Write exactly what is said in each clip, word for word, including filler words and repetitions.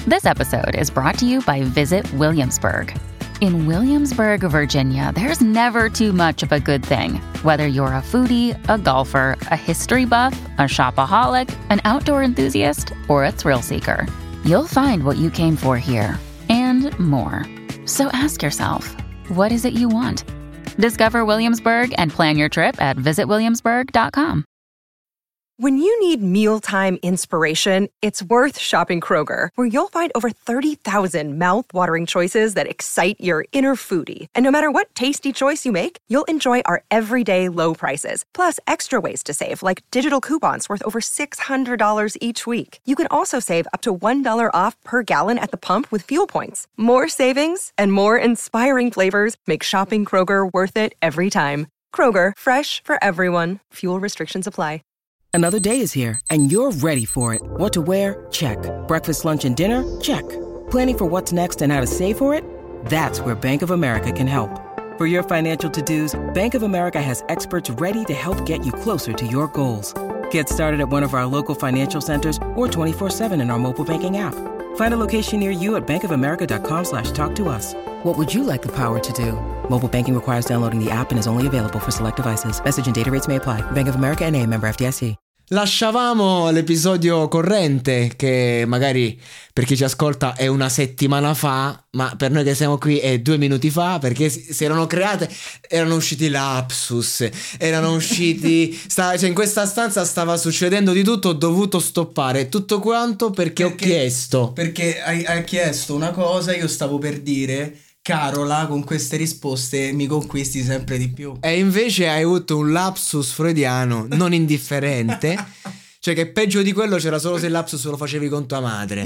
This episode is brought to you by Visit Williamsburg. In Williamsburg, Virginia, there's never too much of a good thing. Whether you're a foodie, a golfer, a history buff, a shopaholic, an outdoor enthusiast, or a thrill seeker, you'll find what you came for here and more. So ask yourself, what is it you want? Discover Williamsburg and plan your trip at visit williamsburg dot com. When you need mealtime inspiration, it's worth shopping Kroger, where you'll find over thirty thousand mouth-watering choices that excite your inner foodie. And no matter what tasty choice you make, you'll enjoy our everyday low prices, plus extra ways to save, like digital coupons worth over six hundred dollars each week. You can also save up to one dollar off per gallon at the pump with fuel points. More savings and more inspiring flavors make shopping Kroger worth it every time. Kroger, fresh for everyone. Fuel restrictions apply. Another day is here, and you're ready for it. What to wear? Check. Breakfast, lunch, and dinner? Check. Planning for what's next and how to save for it? That's where Bank of America can help. For your financial to-dos, Bank of America has experts ready to help get you closer to your goals. Get started at one of our local financial centers or twenty-four seven in our mobile banking app. Find a location near you at bankofamerica.com slash talk to us. What would you like the power to do? Mobile banking requires downloading the app and is only available for select devices. Message and data rates may apply. Bank of America N A, member F D I C. Lasciavamo l'episodio corrente, che magari per chi ci ascolta è una settimana fa, ma per noi che siamo qui è due minuti fa, perché si, si erano create, erano usciti lapsus, erano usciti, sta, cioè in questa stanza stava succedendo di tutto, ho dovuto stoppare tutto quanto perché, perché ho chiesto. Perché hai, hai chiesto una cosa, io stavo per dire... Carola, con queste risposte mi conquisti sempre di più. E invece hai avuto un lapsus freudiano non indifferente. Cioè che peggio di quello c'era solo se il lapsus lo facevi con tua madre.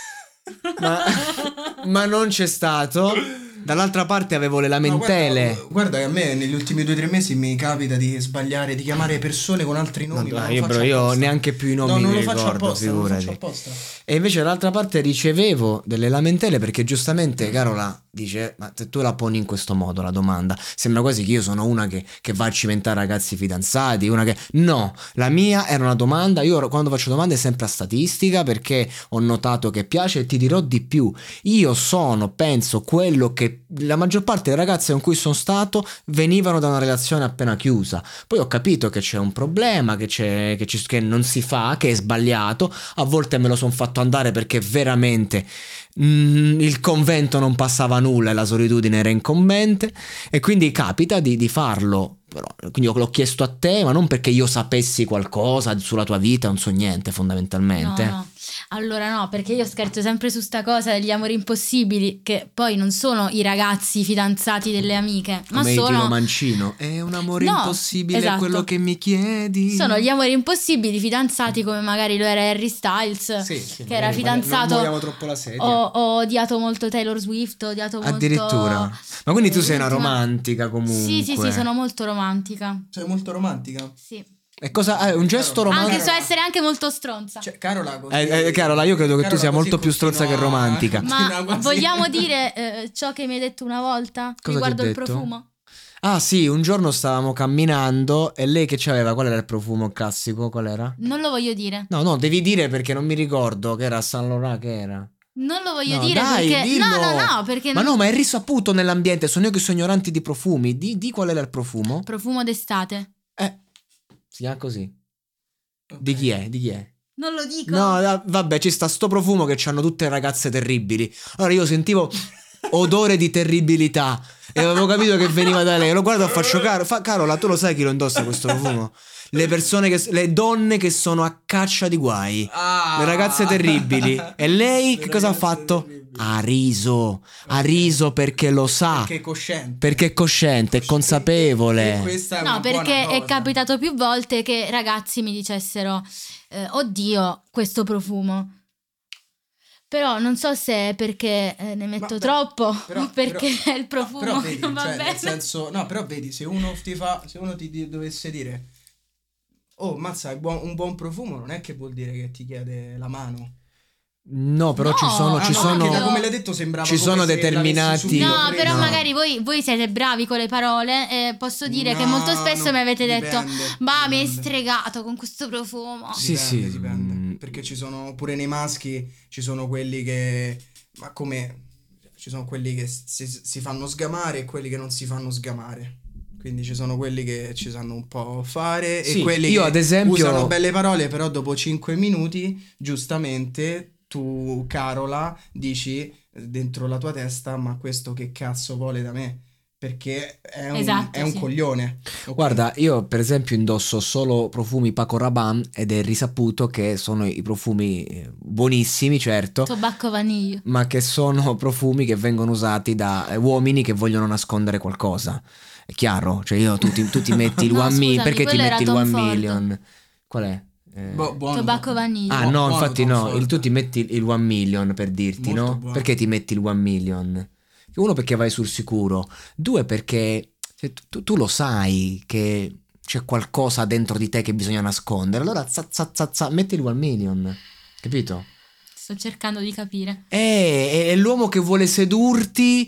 ma, ma non c'è stato. Dall'altra parte avevo le lamentele. No, guarda, guarda che a me negli ultimi due o tre mesi mi capita di sbagliare, di chiamare persone con altri nomi. No, ma io, bro, io neanche più i nomi no, mi non lo ricordo, faccio apposta, non lo faccio apposta. E invece dall'altra parte ricevevo delle lamentele perché giustamente Carola dice: ma se tu la poni in questo modo la domanda, sembra quasi che io sono una che, che va a cimentare ragazzi fidanzati, una che... No, la mia era una domanda. Io quando faccio domande è sempre a statistica, perché ho notato che piace, e ti dirò di più. Io sono, penso, quello che la maggior parte delle ragazze con cui sono stato venivano da una relazione appena chiusa. Poi ho capito che c'è un problema, che, c'è, che, ci, che non si fa, che è sbagliato. A volte me lo sono fatto andare perché veramente mm, il convento non passava nulla e la solitudine era incombente, e quindi capita di, di farlo. Però, quindi io l'ho chiesto a te, ma non perché io sapessi qualcosa sulla tua vita, non so niente fondamentalmente. No, no. Allora no, perché io scherzo sempre su sta cosa degli amori impossibili, che poi non sono i ragazzi fidanzati delle amiche, ma come sono Tino Mancino. È un amore no, impossibile, esatto. Quello che mi chiedi. Sono gli amori impossibili fidanzati, come magari lo era Harry Styles, sì, sì, che era eh, fidanzato. Non troppo la sedia. Ho, ho odiato molto Taylor Swift, ho odiato molto. Addirittura. Ma quindi tu sei una L'ultima... romantica comunque. Sì, sì, sì, sono molto romantica. Sei molto romantica? Sì. E cosa? Eh, un gesto romantico. Anche so essere anche molto stronza. Cioè, Carola, così, eh, eh, Carola, io credo che Carola tu sia molto più continua, stronza che romantica. Ma vogliamo dire eh, ciò che mi hai detto una volta cosa riguardo il detto? profumo? Ah sì, un giorno stavamo camminando e lei che c'aveva, qual era il profumo classico? Qual era? Non lo voglio dire. No, no, devi dire perché non mi ricordo che era Saint Laurent, che era. Non lo voglio No, dire dai, perché dillo. no, no, no, perché Ma non... no, ma è risaputo nell'ambiente, sono io che sono ignorante di profumi. Di, di qual era il profumo? Profumo d'estate. Eh, si chiama così. Okay. Di chi è? Di chi è? Non lo dico. No, da, vabbè, ci sta sto profumo che hanno tutte ragazze terribili. Allora io sentivo odore di terribilità e avevo capito che veniva da lei. Lo guardo e faccio: Caro, fa, Carola, tu lo sai chi lo indossa questo profumo? Le persone che, le donne che sono a caccia di guai, ah, le ragazze terribili. E lei che cosa ha fatto? Terribili. Ha riso, okay. ha riso perché lo sa, perché è cosciente, perché è cosciente, è consapevole. È no, perché è capitato più volte che ragazzi mi dicessero eh, oddio, questo profumo. Però non so se è perché eh, ne metto Ma, troppo però, o perché però, il profumo no, però vedi, non va cioè, bene. Nel senso, no, però vedi, se uno ti fa, se uno ti, ti dovesse dire: oh, mazza, è buon, un buon profumo, non è che vuol dire che ti chiede la mano. No, però no, ci sono, ah, ci no, sono da come l'hai detto sembrava ci sono determinati. No, però no. magari voi, voi siete bravi con le parole e posso dire no, che molto spesso mi avete dipende, detto: bah, dipende. mi hai stregato con questo profumo. Sì, dipende, sì, dipende. perché ci sono pure nei maschi, ci sono quelli che, ma come, ci sono quelli che si, si fanno sgamare e quelli che non si fanno sgamare. Quindi ci sono quelli che ci sanno un po' fare Sì, e quelli io che ad esempio usano belle parole, però dopo cinque minuti, giustamente, tu, Carola, dici dentro la tua testa, ma questo che cazzo vuole da me? Perché è un, Esatto, è un sì. coglione. Ok? Guarda, io per esempio indosso solo profumi Paco Rabanne ed è risaputo che sono i profumi eh, buonissimi, certo, Tobacco vaniglia. ma che sono profumi che vengono usati da eh, uomini che vogliono nascondere qualcosa. È chiaro? Cioè io tu ti, tu ti metti il No, one million, scusami, perché ti quello era metti il Tom one Ford. million? Qual è? Eh, Boh, buono, Tobacco buono. vaniglia. Ah Bu- no, buono infatti Tom no, Ford. il, tu ti metti il, il one million per dirti, Molto no? buono. Perché ti metti il one million? Uno, perché vai sul sicuro. Due, perché cioè, tu, tu lo sai che c'è qualcosa dentro di te che bisogna nascondere. Allora za, za, za, za, metti il one million, capito? Sto cercando di capire. È, è l'uomo che vuole sedurti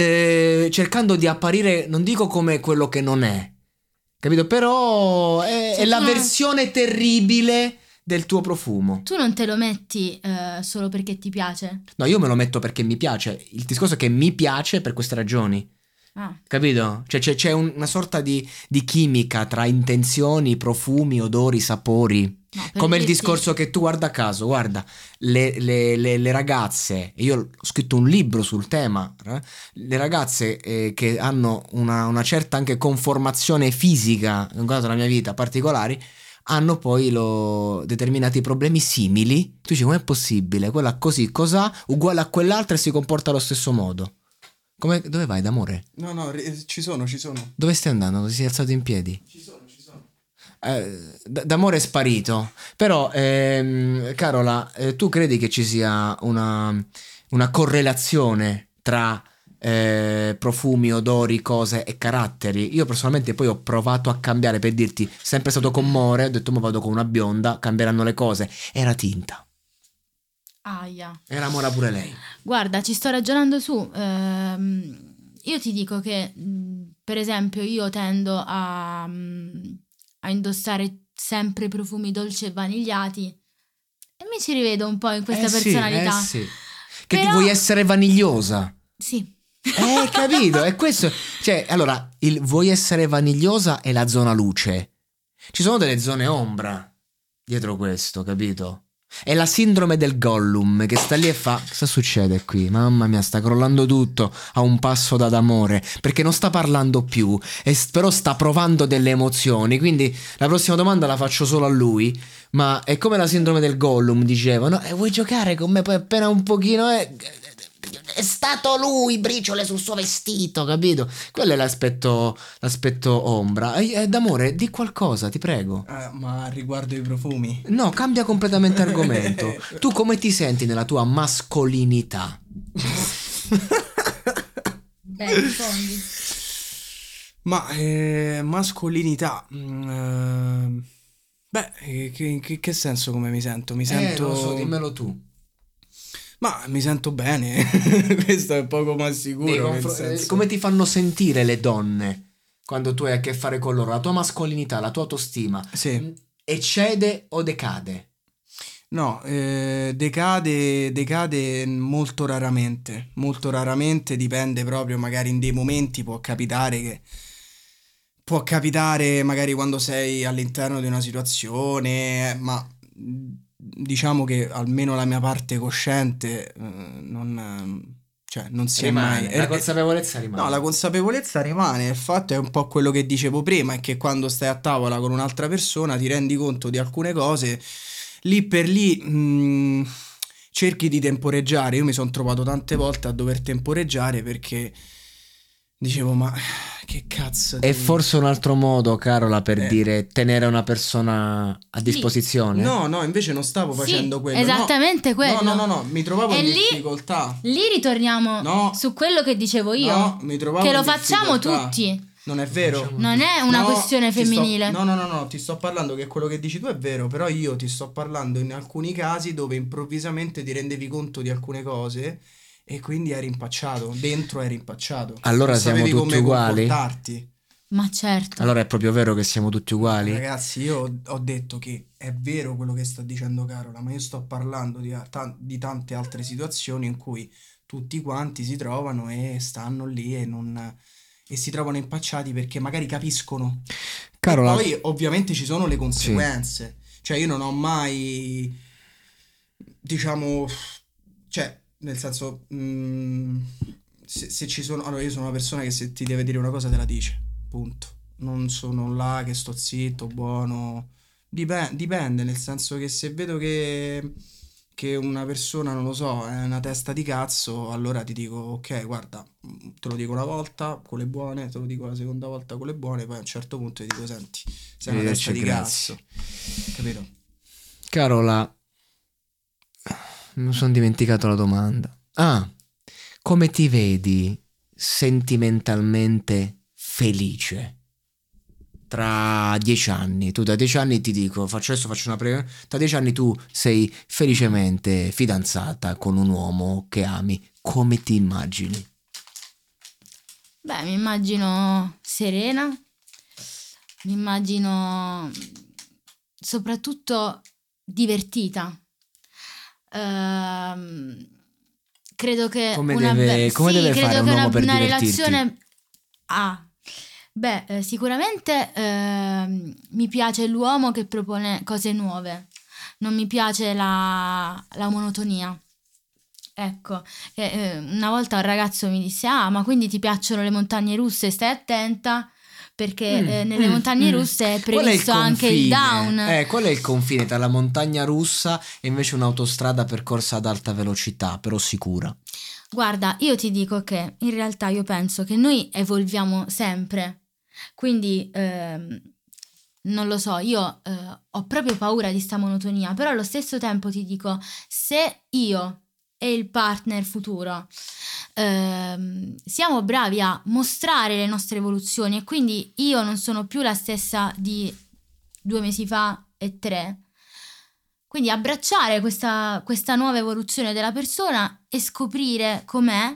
eh, cercando di apparire, non dico come quello che non è, capito? Però è, Cioè, è la tu non- versione terribile del tuo profumo. Tu non te lo metti eh, solo perché ti piace? No, io me lo metto perché mi piace. Il discorso è che mi piace per queste ragioni. Ah. Capito? Cioè c'è, c'è un- una sorta di, di chimica tra intenzioni, profumi, odori, sapori. No, per Come il dirti- discorso che tu guarda a caso, guarda, le, le- le- le ragazze, e io ho scritto un libro sul tema, eh, le ragazze eh, che hanno una, una certa anche conformazione fisica, in quanto la mia vita, particolari, hanno poi lo- determinati problemi simili. Tu dici, com'è possibile? Quella così, cos'ha, uguale a quell'altra e si comporta allo stesso modo. Come, dove vai, d'amore? No, no, ri- ci sono, ci sono. Dove stai andando? Ti sei alzato in piedi? Ci sono, ci sono. Eh, D- d'amore è sparito. Però, ehm, Carola, eh, tu credi che ci sia una, una correlazione tra eh, profumi, odori, cose e caratteri? Io personalmente poi ho provato a cambiare, per dirti, sempre stato con More, ho detto, ma vado con una bionda, cambieranno le cose. Era tinta. Aia. Era Mora pure lei. Guarda, ci sto ragionando su. ehm, io ti dico che, mh, per esempio, io tendo a, mh, a indossare sempre profumi dolci e vanigliati e mi ci rivedo un po' in questa Eh sì, personalità. eh sì. Che Però- ti vuoi essere vanigliosa. Sì. Eh, capito? È questo. Cioè, allora, il vuoi essere vanigliosa è la zona luce. Ci sono delle zone ombra dietro questo, capito? È la sindrome del Gollum che sta lì e fa: cosa succede qui? Mamma mia, sta crollando tutto a un passo da d'amore, perché non sta parlando più, e s- però sta provando delle emozioni. Quindi la prossima domanda la faccio solo a lui. Ma è come la sindrome del Gollum, dicevano: eh, vuoi giocare con me? Poi appena un pochino è... è stato lui, briciole sul suo vestito, capito? Quello è l'aspetto, l'aspetto ombra. E, e, d'amore, di qualcosa, ti prego. Ah, ma riguardo i profumi. No, cambia completamente argomento. Tu come ti senti nella tua mascolinità? Beh, rispondi. Ma eh, mascolinità. mm, eh, beh, eh, che, che- che senso come mi sento? Mi sento. Eh, non lo so, dimmelo tu. Ma mi sento bene. Questo è poco ma sicuro. Nei nel confro- senso- eh, Come ti fanno sentire le donne quando tu hai a che fare con loro? La tua mascolinità, la tua autostima Sì. eccede o decade? No, eh, decade, decade molto raramente, molto raramente, dipende proprio, magari in dei momenti può capitare che può capitare magari quando sei all'interno di una situazione, eh, ma mh, diciamo che almeno la mia parte cosciente eh, non, eh, cioè, non si è mai... Rimane, la eh, consapevolezza rimane. No, la consapevolezza rimane, il fatto è un po' quello che dicevo prima, è che quando stai a tavola con un'altra persona ti rendi conto di alcune cose, lì per lì mh, cerchi di temporeggiare. Io mi sono trovato tante volte a dover temporeggiare perché dicevo, ma che cazzo È di- forse un altro modo, Carola, per Eh. dire tenere una persona a disposizione? No, no, invece non stavo Sì, facendo quello. esattamente no. quello. No, no, no, no, mi trovavo E in lì- difficoltà. Lì ritorniamo No. su quello che dicevo io. No, mi trovavo che lo in facciamo difficoltà. tutti. Non è vero. Facciamo- Non è una No, questione ti sto- femminile. no, no, no, no, ti sto parlando che quello che dici tu è vero, però io ti sto parlando in alcuni casi dove improvvisamente ti rendevi conto di alcune cose e quindi eri impacciato, dentro eri impacciato. Allora Non siamo sapevi tutti come uguali? comportarti. Ma certo. Allora è proprio vero che siamo tutti uguali? Ragazzi, io ho detto che è vero quello che sta dicendo Carola, ma io sto parlando di, ta- di tante altre situazioni in cui tutti quanti si trovano e stanno lì e non e si trovano impacciati perché magari capiscono. Carola... E poi ovviamente ci sono le conseguenze. Sì. Cioè io non ho mai, diciamo, cioè nel senso, mh, se, se ci sono, allora io sono una persona che se ti deve dire una cosa te la dice, punto. Non sono là che sto zitto, buono, dipende, dipende nel senso che se vedo che che una persona, non lo so, è una testa di cazzo, allora ti dico, ok, guarda, te lo dico una volta con le buone, te lo dico la seconda volta con le buone, poi a un certo punto ti dico, senti, sei una testa di cazzo, capito? Carola, mi sono dimenticato la domanda. Ah, come ti vedi sentimentalmente felice? Tra dieci anni, tu da dieci anni ti dico, faccio adesso faccio una prega, tra dieci anni tu sei felicemente fidanzata con un uomo che ami, come ti immagini? Beh, mi immagino serena, mi immagino soprattutto divertita. Ehm, credo che come una, deve, come sì, deve credo fare che un uomo una, per una divertirti? relazione ah, beh, eh, sicuramente eh, mi piace l'uomo che propone cose nuove, non mi piace la, la monotonia. Ecco, eh, eh, una volta un ragazzo mi disse, ah, ma quindi ti piacciono le montagne russe, stai attenta, perché Mm, eh, nelle mm, montagne mm. russe è Qual è il previsto anche il down. Eh, qual è il confine tra la montagna russa e invece un'autostrada percorsa ad alta velocità, però sicura? Guarda, io ti dico che in realtà io penso che noi evolviamo sempre, quindi ehm, non lo so, io eh, ho proprio paura di sta monotonia, però allo stesso tempo ti dico, se io e il partner futuro ehm, siamo bravi a mostrare le nostre evoluzioni e quindi io non sono più la stessa di due mesi fa e tre, quindi abbracciare questa, questa nuova evoluzione della persona e scoprire com'è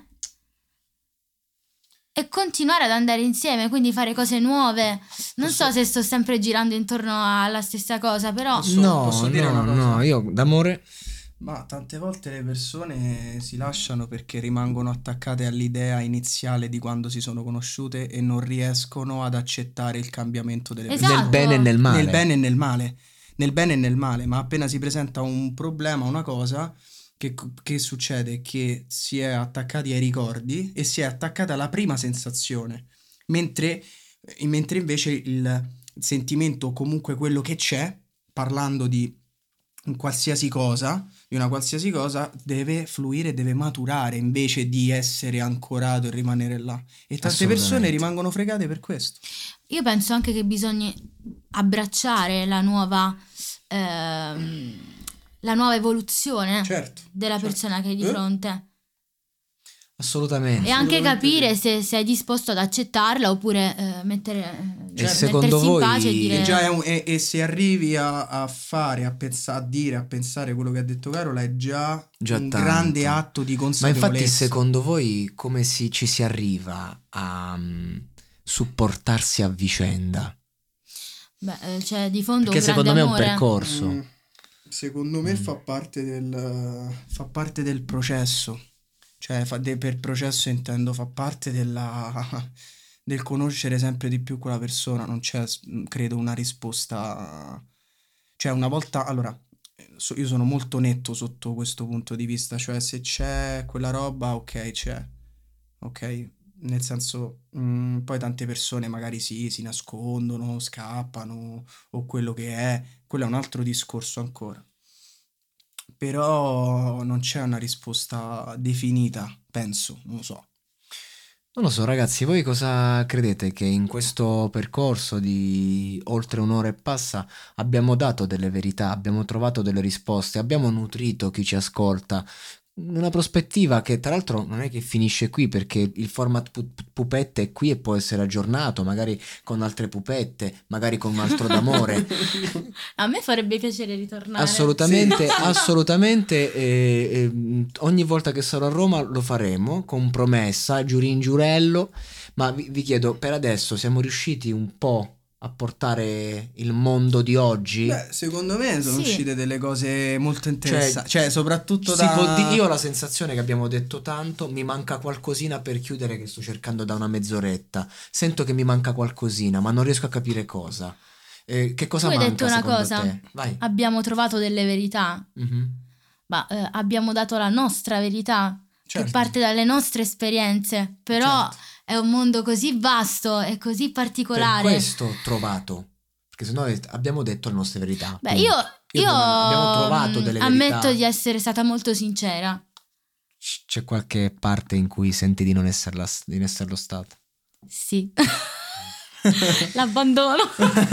e continuare ad andare insieme, quindi fare cose nuove. Non Posso- so se sto sempre girando intorno alla stessa cosa, però Posso- No, posso dire no, una cosa? no, io d'amore... Ma tante volte le persone si lasciano perché rimangono attaccate all'idea iniziale di quando si sono conosciute e non riescono ad accettare il cambiamento delle persone. Esatto. Nel bene e nel male. Nel bene e nel male. Nel bene e nel male, ma appena si presenta un problema, una cosa, che, che succede? Che si è attaccati ai ricordi e si è attaccata alla prima sensazione, mentre, mentre invece il sentimento, o comunque quello che c'è, parlando di un qualsiasi cosa, di una qualsiasi cosa, deve fluire, deve maturare invece di essere ancorato e rimanere là. E tante persone Assolutamente. rimangono fregate per questo. io penso anche che bisogna abbracciare la nuova ehm, la nuova evoluzione Certo, della certo. persona che hai di Eh? fronte Assolutamente. e anche Assolutamente capire sì. se sei disposto ad accettarla oppure eh, mettere, E eh, secondo mettersi voi- in pace e dire E, già è un- e- e se arrivi a, a fare, a pensare, a dire, a pensare quello che ha detto Carola, è già, Già un tanto. grande atto di Ma consapevolezza. infatti secondo voi come si, ci si arriva a mm, supportarsi a vicenda? beh, eh, c'è di fondo Perché un grande secondo me è un amore. percorso. Mm, secondo me Mm. fa parte del fa parte del processo. Cioè fa de- per processo intendo fa parte della del conoscere sempre di più quella persona. Non c'è, s- credo, una risposta. Cioè una volta, allora, eh, so- io sono molto netto sotto questo punto di vista. Cioè se c'è quella roba, ok, c'è. Ok? Nel senso, mm, poi tante persone magari sì, si nascondono, scappano o quello che è, quello è un altro discorso ancora. Però non c'è una risposta definita, penso, non lo so. Non lo so, ragazzi, voi cosa credete che in questo percorso di oltre un'ora e passa abbiamo dato delle verità, abbiamo trovato delle risposte, abbiamo nutrito chi ci ascolta una prospettiva che tra l'altro non è che finisce qui, perché il format pu- pupette è qui e può essere aggiornato, magari con altre pupette, magari con un altro d'amore. A me farebbe piacere ritornare. Assolutamente, Sì. assolutamente. E, e, ogni volta che sarò a Roma lo faremo con promessa, giurin giurello. Ma vi, vi chiedo, per adesso siamo riusciti un po' a portare il mondo di oggi? Beh, secondo me sono Sì. uscite delle cose molto interessanti, cioè, soprattutto si da... può di- io ho la sensazione che abbiamo detto tanto, mi manca qualcosina per chiudere, che sto cercando da una mezz'oretta. Sento che mi manca qualcosina, ma non riesco a capire cosa. Eh, che cosa Tu hai manca detto una secondo cosa. te? Vai. Abbiamo trovato delle verità, Mhm. ma eh, abbiamo dato la nostra verità, Certo. che parte dalle nostre esperienze, però Certo. è un mondo così vasto e così Per particolare. questo ho trovato, perché se no abbiamo detto le nostre verità. Beh, punto. io, io abbiamo trovato mm, delle ammetto verità. di essere stata molto sincera. C- C'è qualche parte in cui senti di non esserla, di non esserlo stata? Sì. L'abbandono.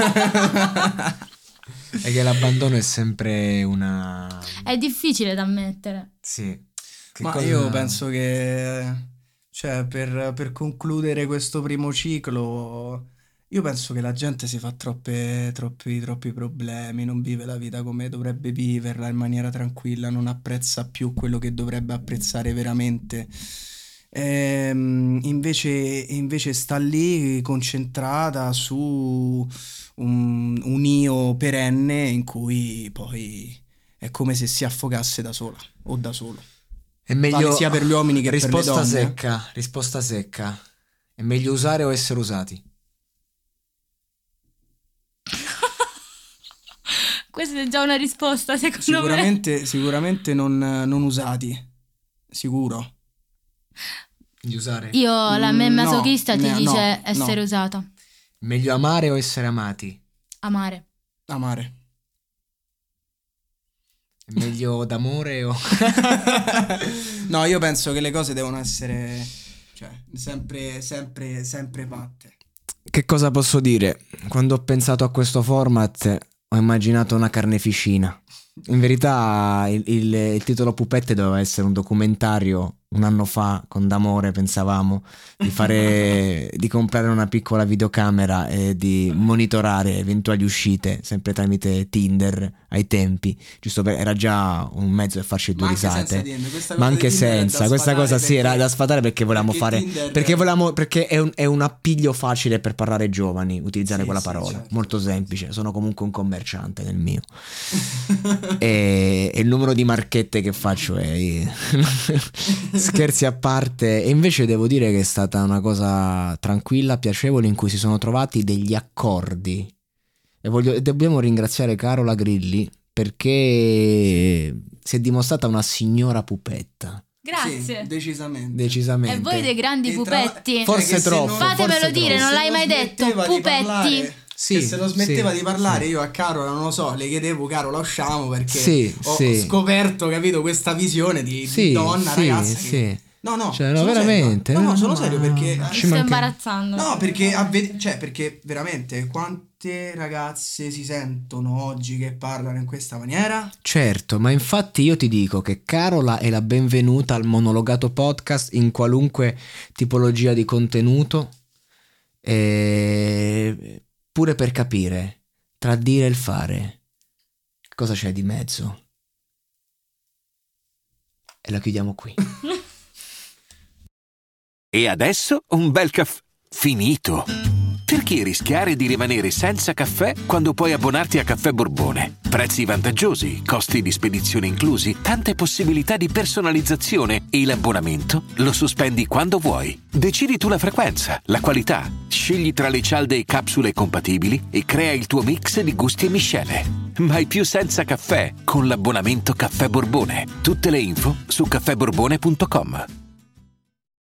È che l'abbandono è sempre una... È difficile da ammettere. Sì. Che Ma cosa- io penso che, cioè, per, per concludere questo primo ciclo, io penso che la gente si fa troppe, troppi, troppi problemi, non vive la vita come dovrebbe viverla in maniera tranquilla, non apprezza più quello che dovrebbe apprezzare veramente. Ehm, invece, invece sta lì concentrata su un, un io perenne in cui poi è come se si affogasse da sola o da solo. È meglio... Vale sia per gli uomini che per le risposta donne. secca, risposta secca. È meglio usare o essere usati? Questa è già una risposta, secondo Sicuramente, sicuramente non, non usati, sicuro. Meglio usare? me. Io, la me Mm, no, masochista, ti ne- dice no, essere no. usata. Meglio amare o essere amati? Amare. Amare. È meglio d'amore o... No, io penso che le cose devono essere, cioè, sempre, sempre, sempre fatte. Che cosa posso dire? Quando ho pensato a questo format ho immaginato una carneficina. In verità il, il- il titolo Pupette doveva essere un documentario. Un anno fa con D'Amore pensavamo di fare di comprare una piccola videocamera e di monitorare eventuali uscite, sempre tramite Tinder ai tempi, giusto per, era già un mezzo per farci due Ma anche risate. senza Tinder, questa Ma cosa anche di Tinder è da senza, questa sfatare cosa sì era perché- da sfatare perché volevamo perché fare Tinder- perché volevamo perché è un, è un appiglio facile per parlare ai giovani, utilizzare Sì, quella sì, parola, certo. molto semplice. Sono comunque un commerciante nel mio. e, e il numero di marchette che faccio è scherzi a parte. E invece devo dire che è stata una cosa tranquilla, piacevole, in cui si sono trovati degli accordi. E voglio, e dobbiamo ringraziare Carola Grilli perché si è dimostrata una signora pupetta, Grazie. Sì, decisamente. decisamente. E voi dei grandi E tra- pupetti. Forse Cioè che se troppo, non- Fatemelo forse dire, troppo. non se l'hai mai detto. smetteva di Pupetti. parlare, Sì, che se non smetteva sì, di parlare, sì. io a Carola non lo so, le chiedevo Carola usciamo perché Sì, ho sì. scoperto, capito, questa visione di, di Sì, donna, sì, ragazza che- sì. No, no, Cioè, no, sono veramente, serio. No, no, no, sono no, serio no, perché no, Mi ci sto manca- imbarazzando. No, perché, a ve- cioè, perché veramente quante ragazze si sentono oggi che parlano in questa maniera? Certo, ma infatti io ti dico che Carola è la benvenuta al Monologato Podcast in qualunque tipologia di contenuto, e pure per capire tra dire e il fare cosa c'è di mezzo. E la chiudiamo qui. E adesso un bel caffè finito. Perché rischiare di rimanere senza caffè quando puoi abbonarti a Caffè Borbone? Prezzi vantaggiosi, costi di spedizione inclusi, tante possibilità di personalizzazione e l'abbonamento lo sospendi quando vuoi. Decidi tu la frequenza, la qualità, scegli tra le cialde e capsule compatibili e crea il tuo mix di gusti e miscele. Mai più senza caffè con l'abbonamento Caffè Borbone. Tutte le info su caffè borbone punto com.